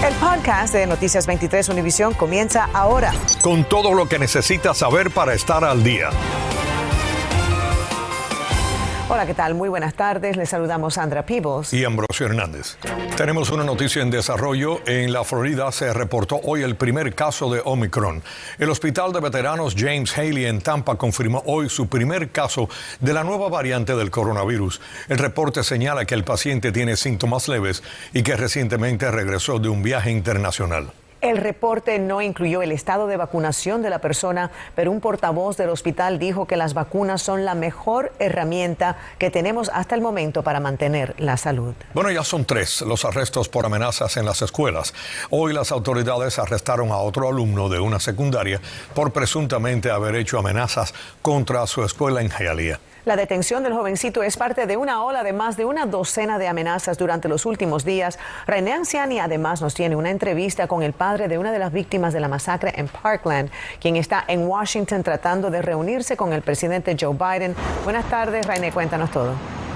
El podcast de Noticias 23 Univisión comienza ahora. Con todo lo que necesitas saber para estar al día. Hola, ¿qué tal? Muy buenas tardes. Les saludamos Sandra Peebles y Ambrosio Hernández. Tenemos una noticia en desarrollo. En la Florida se reportó hoy el primer caso de Omicron. El Hospital de Veteranos James Haley en Tampa confirmó hoy su primer caso de la nueva variante del coronavirus. El reporte señala que el paciente tiene síntomas leves y que recientemente regresó de un viaje internacional. El reporte no incluyó el estado de vacunación de la persona, pero un portavoz del hospital dijo que las vacunas son la mejor herramienta que tenemos hasta el momento para mantener la salud. Bueno, ya son 3 los arrestos por amenazas en las escuelas. Hoy las autoridades arrestaron a otro alumno de una secundaria por presuntamente haber hecho amenazas contra su escuela en Hialeah. La detención del jovencito es parte de una ola de más de una docena de amenazas durante los últimos días. René Anciani además nos tiene una entrevista con el padre de una de las víctimas de la masacre en Parkland, quien está en Washington tratando de reunirse con el presidente Joe Biden. Buenas tardes, René, cuéntanos todo.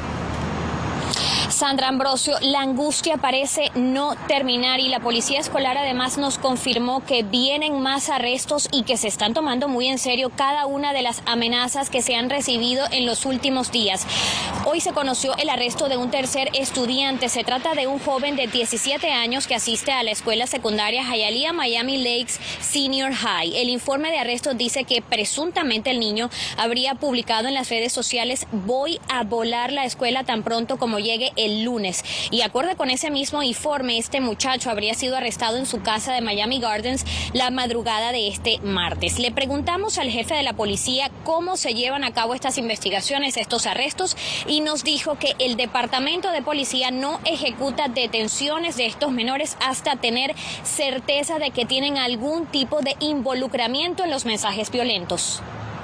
Sandra, Ambrosio, la angustia parece no terminar y la policía escolar además nos confirmó que vienen más arrestos y que se están tomando muy en serio cada una de las amenazas que se han recibido en los últimos días. Hoy se conoció el arresto de un tercer estudiante. Se trata de un joven de 17 años que asiste a la escuela secundaria Hialeah Miami Lakes Senior High. El informe de arresto dice que presuntamente el niño habría publicado en las redes sociales: voy a volar la escuela tan pronto como llegue el lunes. Y acorde con ese mismo informe, este muchacho habría sido arrestado en su casa de Miami Gardens la madrugada de este martes. Le preguntamos al jefe de la policía cómo se llevan a cabo estas investigaciones, estos arrestos, y nos dijo que el departamento de policía no ejecuta detenciones de estos menores hasta tener certeza de que tienen algún tipo de involucramiento en los mensajes violentos.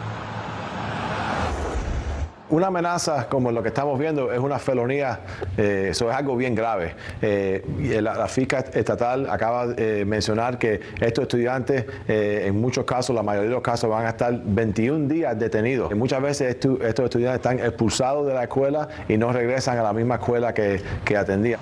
Una amenaza como lo que estamos viendo es una felonía, eso es algo bien grave. La fiscal estatal acaba de mencionar que estos estudiantes, en muchos casos, la mayoría de los casos, van a estar 21 días detenidos. Y muchas veces estos estudiantes están expulsados de la escuela y no regresan a la misma escuela que atendían.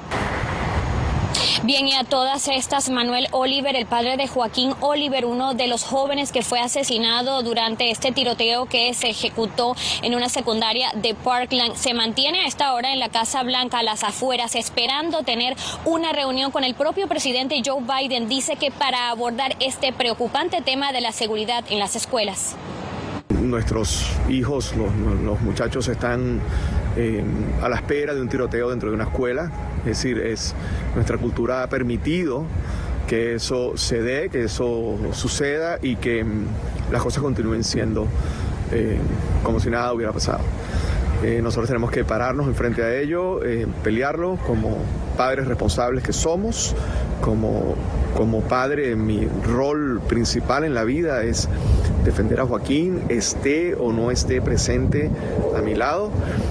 Bien, y a todas estas, Manuel Oliver, el padre de Joaquín Oliver, uno de los jóvenes que fue asesinado durante este tiroteo que se ejecutó en una secundaria de Parkland, se mantiene a esta hora en la Casa Blanca, a las afueras, esperando tener una reunión con el propio presidente Joe Biden. Dice que para abordar este preocupante tema de la seguridad en las escuelas. Nuestros hijos, los muchachos están a la espera de un tiroteo dentro de una escuela. Es decir, nuestra cultura ha permitido que eso se dé, que eso suceda y que las cosas continúen siendo como si nada hubiera pasado. Nosotros tenemos que pararnos enfrente a ello, pelearlo como padres responsables que somos. Como padre, mi rol principal en la vida es defender a Joaquín, esté o no esté presente a mi lado.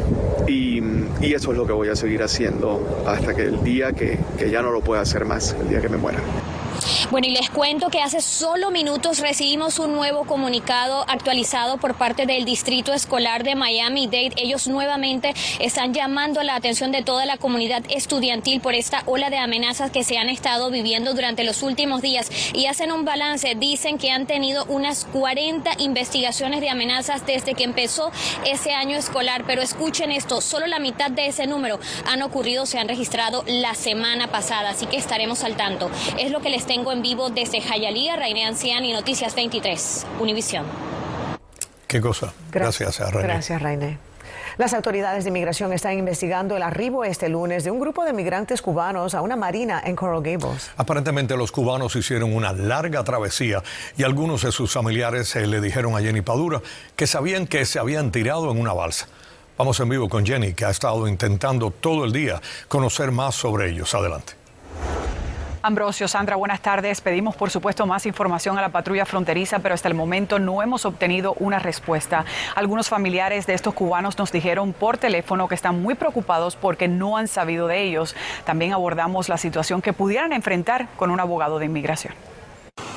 Y eso es lo que voy a seguir haciendo hasta que el día que ya no lo pueda hacer más, el día que me muera. Bueno, y les cuento que hace solo minutos recibimos un nuevo comunicado actualizado por parte del Distrito Escolar de Miami-Dade. Ellos nuevamente están llamando la atención de toda la comunidad estudiantil por esta ola de amenazas que se han estado viviendo durante los últimos días y hacen un balance. Dicen que han tenido unas 40 investigaciones de amenazas desde que empezó ese año escolar, pero escuchen esto, solo la mitad de ese número han ocurrido, se han registrado la semana pasada, así que estaremos al tanto. Es lo que les tengo en vivo desde Hialeah. René Anciani, Noticias 23, Univisión. ¿Qué cosa? Gracias, René. Gracias, René. Las autoridades de inmigración están investigando el arribo este lunes de un grupo de migrantes cubanos a una marina en Coral Gables. Aparentemente los cubanos hicieron una larga travesía y algunos de sus familiares le dijeron a Jenny Padura que sabían que se habían tirado en una balsa. Vamos en vivo con Jenny, que ha estado intentando todo el día conocer más sobre ellos. Adelante. Ambrosio, Sandra, buenas tardes. Pedimos, por supuesto, más información a la patrulla fronteriza, pero hasta el momento no hemos obtenido una respuesta. Algunos familiares de estos cubanos nos dijeron por teléfono que están muy preocupados porque no han sabido de ellos. También abordamos la situación que pudieran enfrentar con un abogado de inmigración.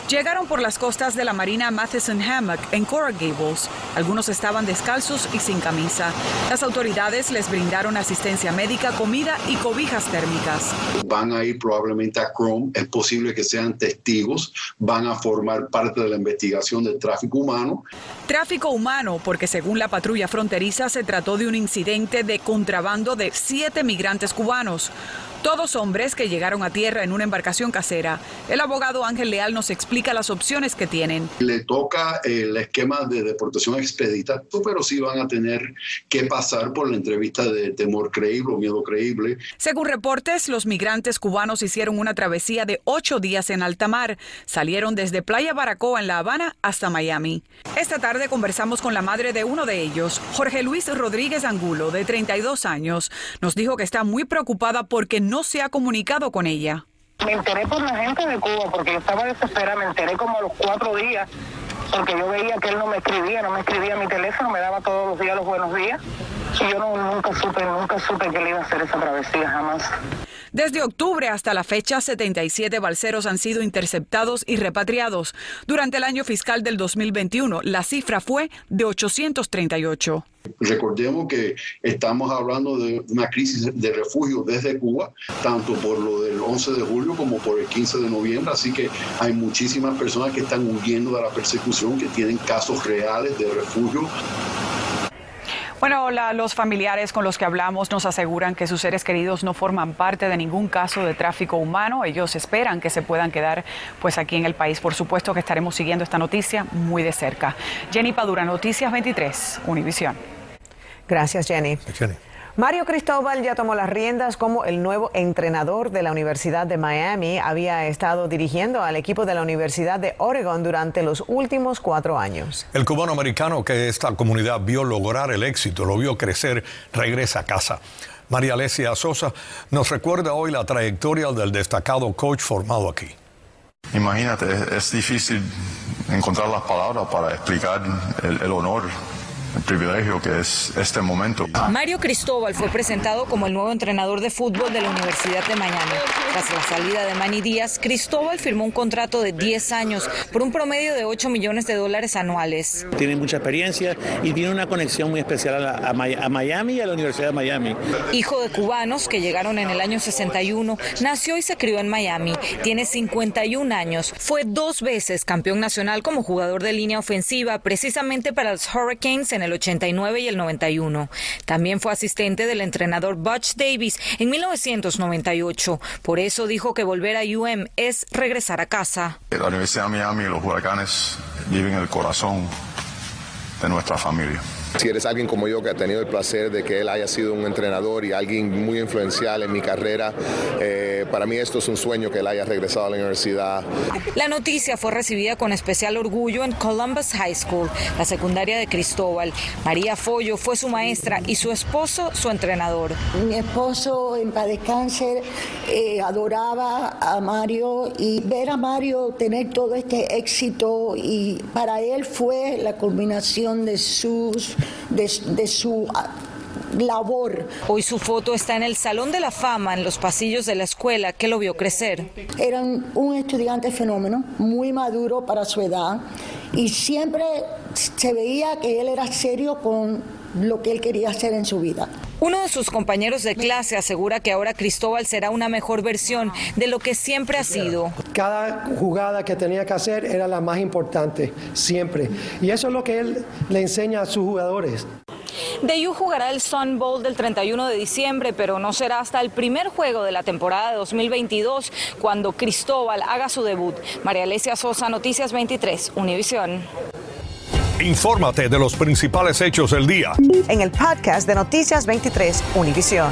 Llegaron por las costas de la Marina Matheson Hammock en Coral Gables. Algunos estaban descalzos y sin camisa. Las autoridades les brindaron asistencia médica, comida y cobijas térmicas. Van a ir probablemente a Chrome, es posible que sean testigos, van a formar parte de la investigación del tráfico humano. Tráfico humano porque según la patrulla fronteriza se trató de un incidente de contrabando de 7 migrantes cubanos. Todos hombres que llegaron a tierra en una embarcación casera. El abogado Ángel Leal nos explica las opciones que tienen. Le toca el esquema de deportación expedita, pero sí van a tener que pasar por la entrevista de temor creíble o miedo creíble. Según reportes, los migrantes cubanos hicieron una travesía de 8 días en alta mar. Salieron desde Playa Baracoa en La Habana hasta Miami. Esta tarde conversamos con la madre de uno de ellos, Jorge Luis Rodríguez Angulo, de 32 años. Nos dijo que está muy preocupada porque no se ha comunicado con ella. Me enteré por la gente de Cuba porque yo estaba desesperada, me enteré como a los 4 días porque yo veía que él no me escribía a mi teléfono, me daba todos los días los buenos días y yo nunca supe que él iba a hacer esa travesía, jamás. Desde octubre hasta la fecha, 77 balseros han sido interceptados y repatriados. Durante el año fiscal del 2021, la cifra fue de 838. Recordemos que estamos hablando de una crisis de refugio desde Cuba, tanto por lo del 11 de julio como por el 15 de noviembre, así que hay muchísimas personas que están huyendo de la persecución, que tienen casos reales de refugio. Bueno, los familiares con los que hablamos nos aseguran que sus seres queridos no forman parte de ningún caso de tráfico humano. Ellos esperan que se puedan quedar pues aquí en el país. Por supuesto que estaremos siguiendo esta noticia muy de cerca. Jenny Padura, Noticias 23, Univisión. Gracias, Jenny. Mario Cristóbal ya tomó las riendas como el nuevo entrenador de la Universidad de Miami. Había estado dirigiendo al equipo de la Universidad de Oregon durante los últimos 4 años. El cubano americano que esta comunidad vio lograr el éxito, lo vio crecer, regresa a casa. María Alesia Sosa nos recuerda hoy la trayectoria del destacado coach formado aquí. Imagínate, es difícil encontrar las palabras para explicar el honor, el privilegio que es este momento. Mario Cristóbal fue presentado como el nuevo entrenador de fútbol de la Universidad de Miami. Tras la salida de Manny Díaz, Cristóbal firmó un contrato de 10 años por un promedio de $8 millones anuales. Tiene mucha experiencia y tiene una conexión muy especial a Miami y a la Universidad de Miami. Hijo de cubanos que llegaron en el año 61, nació y se crió en Miami. Tiene 51 años. Fue 2 veces campeón nacional como jugador de línea ofensiva, precisamente para los Hurricanes en el 89 y el 91. También fue asistente del entrenador Butch Davis en 1998. Por eso dijo que volver a UM es regresar a casa. La Universidad de Miami y los Huracanes viven en el corazón de nuestra familia. Si eres alguien como yo que ha tenido el placer de que él haya sido un entrenador y alguien muy influencial en mi carrera, para mí esto es un sueño que él haya regresado a la universidad. La noticia fue recibida con especial orgullo en Columbus High School, la secundaria de Cristóbal. María Follo fue su maestra y su esposo su entrenador. Mi esposo, en paz descanse, adoraba a Mario, y ver a Mario tener todo este éxito, y para él fue la culminación de su labor. Hoy su foto está en el Salón de la Fama, en los pasillos de la escuela que lo vio crecer. Era un estudiante fenómeno, muy maduro para su edad, y siempre se veía que él era serio con lo que él quería hacer en su vida. Uno de sus compañeros de clase asegura que ahora Cristóbal será una mejor versión de lo que siempre ha sido. Cada jugada que tenía que hacer era la más importante, siempre. Y eso es lo que él le enseña a sus jugadores. DeU jugará el Sun Bowl del 31 de diciembre, pero no será hasta el primer juego de la temporada de 2022 cuando Cristóbal haga su debut. María Alesia Sosa, Noticias 23, Univisión. Infórmate de los principales hechos del día en el podcast de Noticias 23 Univisión.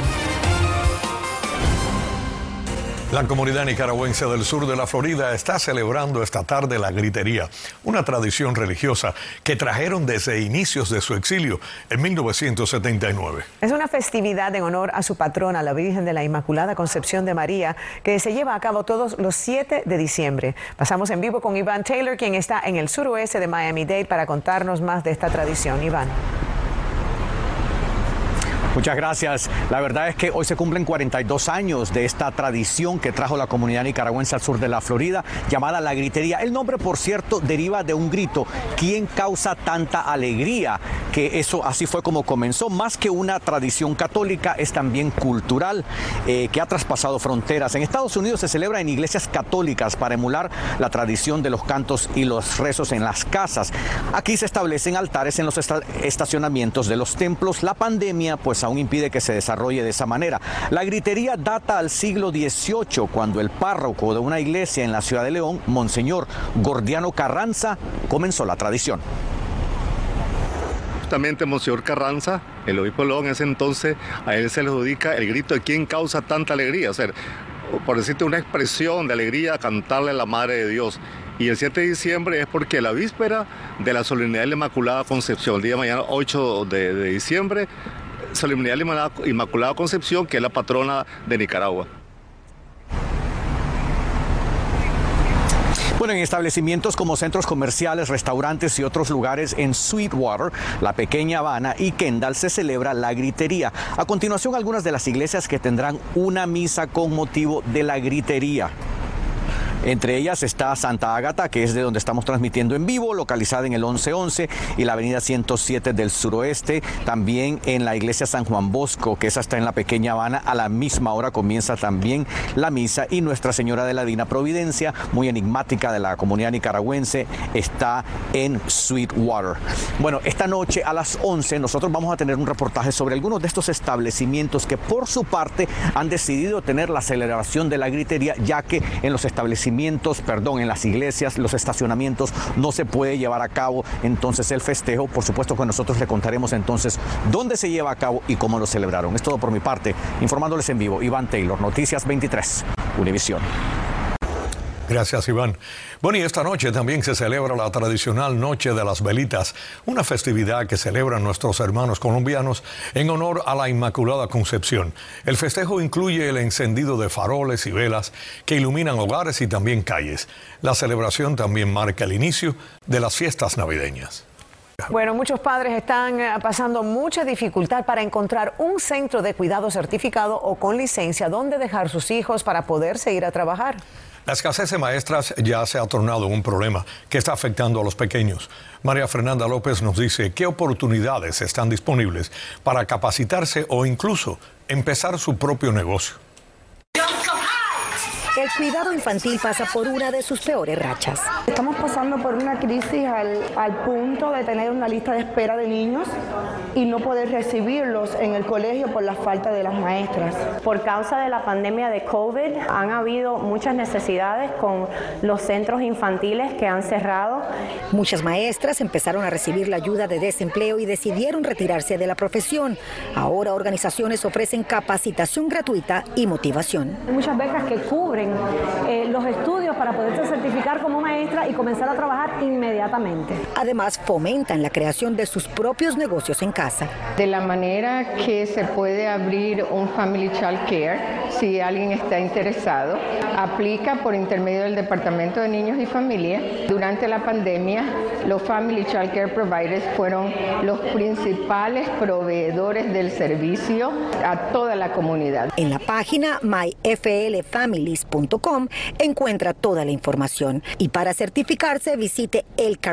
La comunidad nicaragüense del sur de la Florida está celebrando esta tarde la gritería, una tradición religiosa que trajeron desde inicios de su exilio en 1979. Es una festividad en honor a su patrona, la Virgen de la Inmaculada Concepción de María, que se lleva a cabo todos los 7 de diciembre. Pasamos en vivo con Iván Taylor, quien está en el suroeste de Miami-Dade, para contarnos más de esta tradición. Iván. Muchas gracias. La verdad es que hoy se cumplen 42 años de esta tradición que trajo la comunidad nicaragüense al sur de la Florida, llamada la gritería. El nombre, por cierto, deriva de un grito: ¿quién causa tanta alegría? Que eso así fue como comenzó. Más que una tradición católica, es también cultural, que ha traspasado fronteras. En Estados Unidos se celebra en iglesias católicas para emular la tradición de los cantos y los rezos en las casas. Aquí se establecen altares en los estacionamientos de los templos. La pandemia, pues, aún impide que se desarrolle de esa manera. La gritería data al siglo XVIII, cuando el párroco de una iglesia en la ciudad de León, Monseñor Gordiano Carranza, comenzó la tradición. Justamente Monseñor Carranza, el obispo de León, en ese entonces, a él se le adjudica el grito de quién causa tanta alegría. O sea, por decirte, una expresión de alegría, cantarle a la Madre de Dios. Y el 7 de diciembre es porque la víspera de la solemnidad de la Inmaculada Concepción, el día de mañana 8 de diciembre, solemnidad de la Inmaculada Concepción, que es la patrona de Nicaragua. Bueno, en establecimientos como centros comerciales, restaurantes y otros lugares en Sweetwater, La Pequeña Habana y Kendall se celebra la gritería. A continuación, algunas de las iglesias que tendrán una misa con motivo de la gritería. Entre ellas está Santa Ágata, que es de donde estamos transmitiendo en vivo, localizada en el 1111 y la avenida 107 del suroeste. También en la iglesia San Juan Bosco, que esa está en La Pequeña Habana. A la misma hora comienza también la misa. Y Nuestra Señora de la Divina Providencia, muy enigmática de la comunidad nicaragüense, está en Sweetwater. Bueno, esta noche a las 11 nosotros vamos a tener un reportaje sobre algunos de estos establecimientos que por su parte han decidido tener la celebración de la gritería, ya que en los en las iglesias, los estacionamientos no se puede llevar a cabo entonces el festejo. Por supuesto que nosotros le contaremos entonces dónde se lleva a cabo y cómo lo celebraron. Es todo por mi parte, informándoles en vivo, Iván Taylor, Noticias 23, Univisión. Gracias, Iván. Bueno, y esta noche también se celebra la tradicional Noche de las Velitas, una festividad que celebran nuestros hermanos colombianos en honor a la Inmaculada Concepción. El festejo incluye el encendido de faroles y velas que iluminan hogares y también calles. La celebración también marca el inicio de las fiestas navideñas. Bueno, muchos padres están pasando mucha dificultad para encontrar un centro de cuidado certificado o con licencia donde dejar sus hijos para poder seguir a trabajar. La escasez de maestras ya se ha tornado un problema que está afectando a los pequeños. María Fernanda López nos dice qué oportunidades están disponibles para capacitarse o incluso empezar su propio negocio. El cuidado infantil pasa por una de sus peores rachas. Estamos pasando por una crisis al punto de tener una lista de espera de niños y no poder recibirlos en el colegio por la falta de las maestras. Por causa de la pandemia de COVID han habido muchas necesidades con los centros infantiles que han cerrado. Muchas maestras empezaron a recibir la ayuda de desempleo y decidieron retirarse de la profesión. Ahora organizaciones ofrecen capacitación gratuita y motivación. Hay muchas becas que cubren los estudios para poderse certificar como maestra y comenzar a trabajar inmediatamente. Además, fomentan la creación de sus propios negocios en casa. De la manera que se puede abrir un Family Child Care, si alguien está interesado, aplica por intermedio del Departamento de Niños y Familia. Durante la pandemia, los Family Child Care Providers fueron los principales proveedores del servicio a toda la comunidad. En la página myflfamilies.com encuentra toda la información y para certificarse visite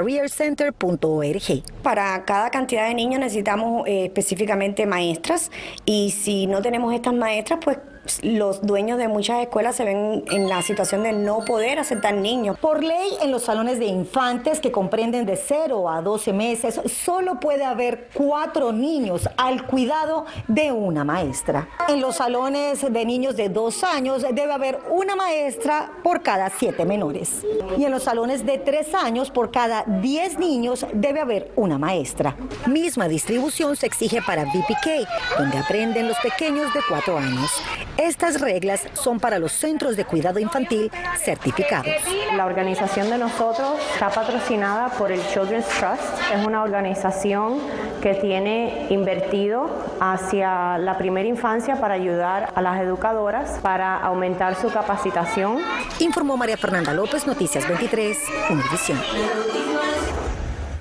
elcareercenter.org. Para cada cantidad de niños necesitamos específicamente maestras y si no tenemos estas maestras, pues los dueños de muchas escuelas se ven en la situación de no poder aceptar niños. Por ley, en los salones de infantes que comprenden de 0 a 12 meses, solo puede haber 4 niños al cuidado de una maestra. En los salones de niños de 2 años debe haber una maestra por cada 7 menores. Y en los salones de 3 años, por cada 10 niños debe haber una maestra. Misma distribución se exige para VPK, donde aprenden los pequeños de 4 años. Estas reglas son para los centros de cuidado infantil certificados. La organización de nosotros está patrocinada por el Children's Trust. Es una organización que tiene invertido hacia la primera infancia para ayudar a las educadoras para aumentar su capacitación. Informó María Fernanda López, Noticias 23, Univisión.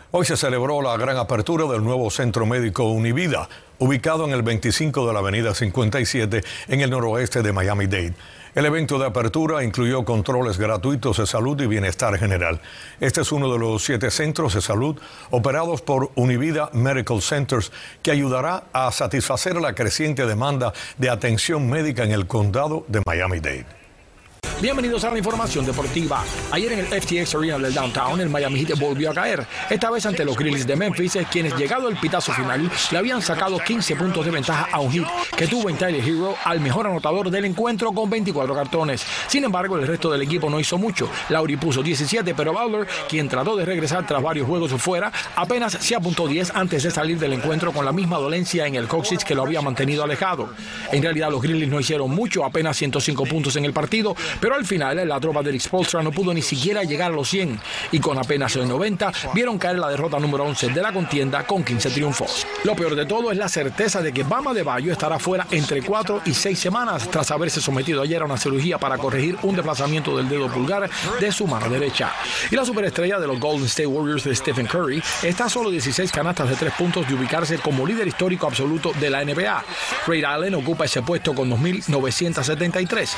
Hoy se celebró la gran apertura del nuevo Centro Médico Univida, ubicado en el 25 de la Avenida 57 en el noroeste de Miami-Dade. El evento de apertura incluyó controles gratuitos de salud y bienestar general. Este es uno de los 7 centros de salud operados por Univida Medical Centers que ayudará a satisfacer la creciente demanda de atención médica en el condado de Miami-Dade. Bienvenidos a la información deportiva. Ayer en el FTX Arena del Downtown, el Miami Heat volvió a caer, esta vez ante los Grizzlies de Memphis, quienes llegado al pitazo final le habían sacado 15 puntos de ventaja a un Heat que tuvo en Tyler Hero al mejor anotador del encuentro con 24 cartones. Sin embargo, el resto del equipo no hizo mucho. Lauri puso 17, pero Butler, quien trató de regresar tras varios juegos fuera, apenas se apuntó 10 antes de salir del encuentro con la misma dolencia en el cóccix que lo había mantenido alejado. En realidad, los Grizzlies no hicieron mucho, apenas 105 puntos en el partido, pero al final la tropa de Rick Spoelstra no pudo ni siquiera llegar a los 100 y con apenas el 90 vieron caer la derrota número 11 de la contienda con 15 triunfos. Lo peor de todo es la certeza de que Bam Adebayo estará fuera entre 4 y 6 semanas tras haberse sometido ayer a una cirugía para corregir un desplazamiento del dedo pulgar de su mano derecha. Y la superestrella de los Golden State Warriors de Stephen Curry está a solo 16 canastas de 3 puntos de ubicarse como líder histórico absoluto de la NBA. Ray Allen ocupa ese puesto con 2.973.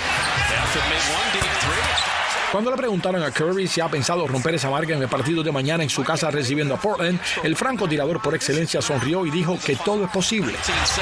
Cuando le preguntaron a Curry si ha pensado romper esa marca en el partido de mañana en su casa recibiendo a Portland, el francotirador por excelencia sonrió y dijo que todo es posible.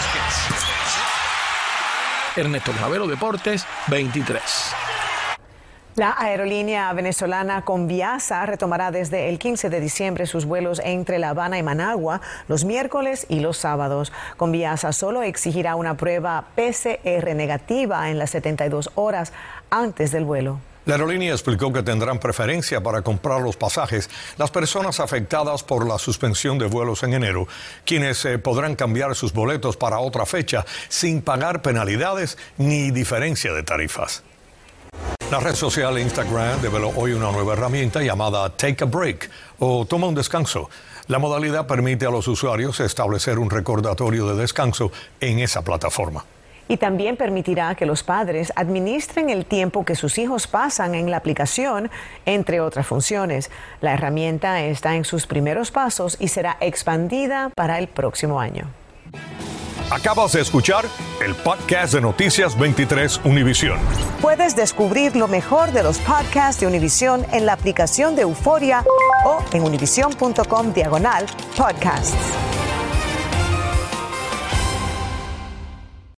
Ernesto Clavero, Deportes 23. La aerolínea venezolana Conviasa retomará desde el 15 de diciembre sus vuelos entre La Habana y Managua los miércoles y los sábados. Conviasa solo exigirá una prueba PCR negativa en las 72 horas antes del vuelo. La aerolínea explicó que tendrán preferencia para comprar los pasajes las personas afectadas por la suspensión de vuelos en enero, quienes podrán cambiar sus boletos para otra fecha sin pagar penalidades ni diferencia de tarifas. La red social Instagram develó hoy una nueva herramienta llamada Take a Break o Toma un descanso. La modalidad permite a los usuarios establecer un recordatorio de descanso en esa plataforma. Y también permitirá que los padres administren el tiempo que sus hijos pasan en la aplicación, entre otras funciones. La herramienta está en sus primeros pasos y será expandida para el próximo año. Acabas de escuchar el podcast de Noticias 23 Univisión. Puedes descubrir lo mejor de los podcasts de Univisión en la aplicación de Euforia o en univision.com/podcasts.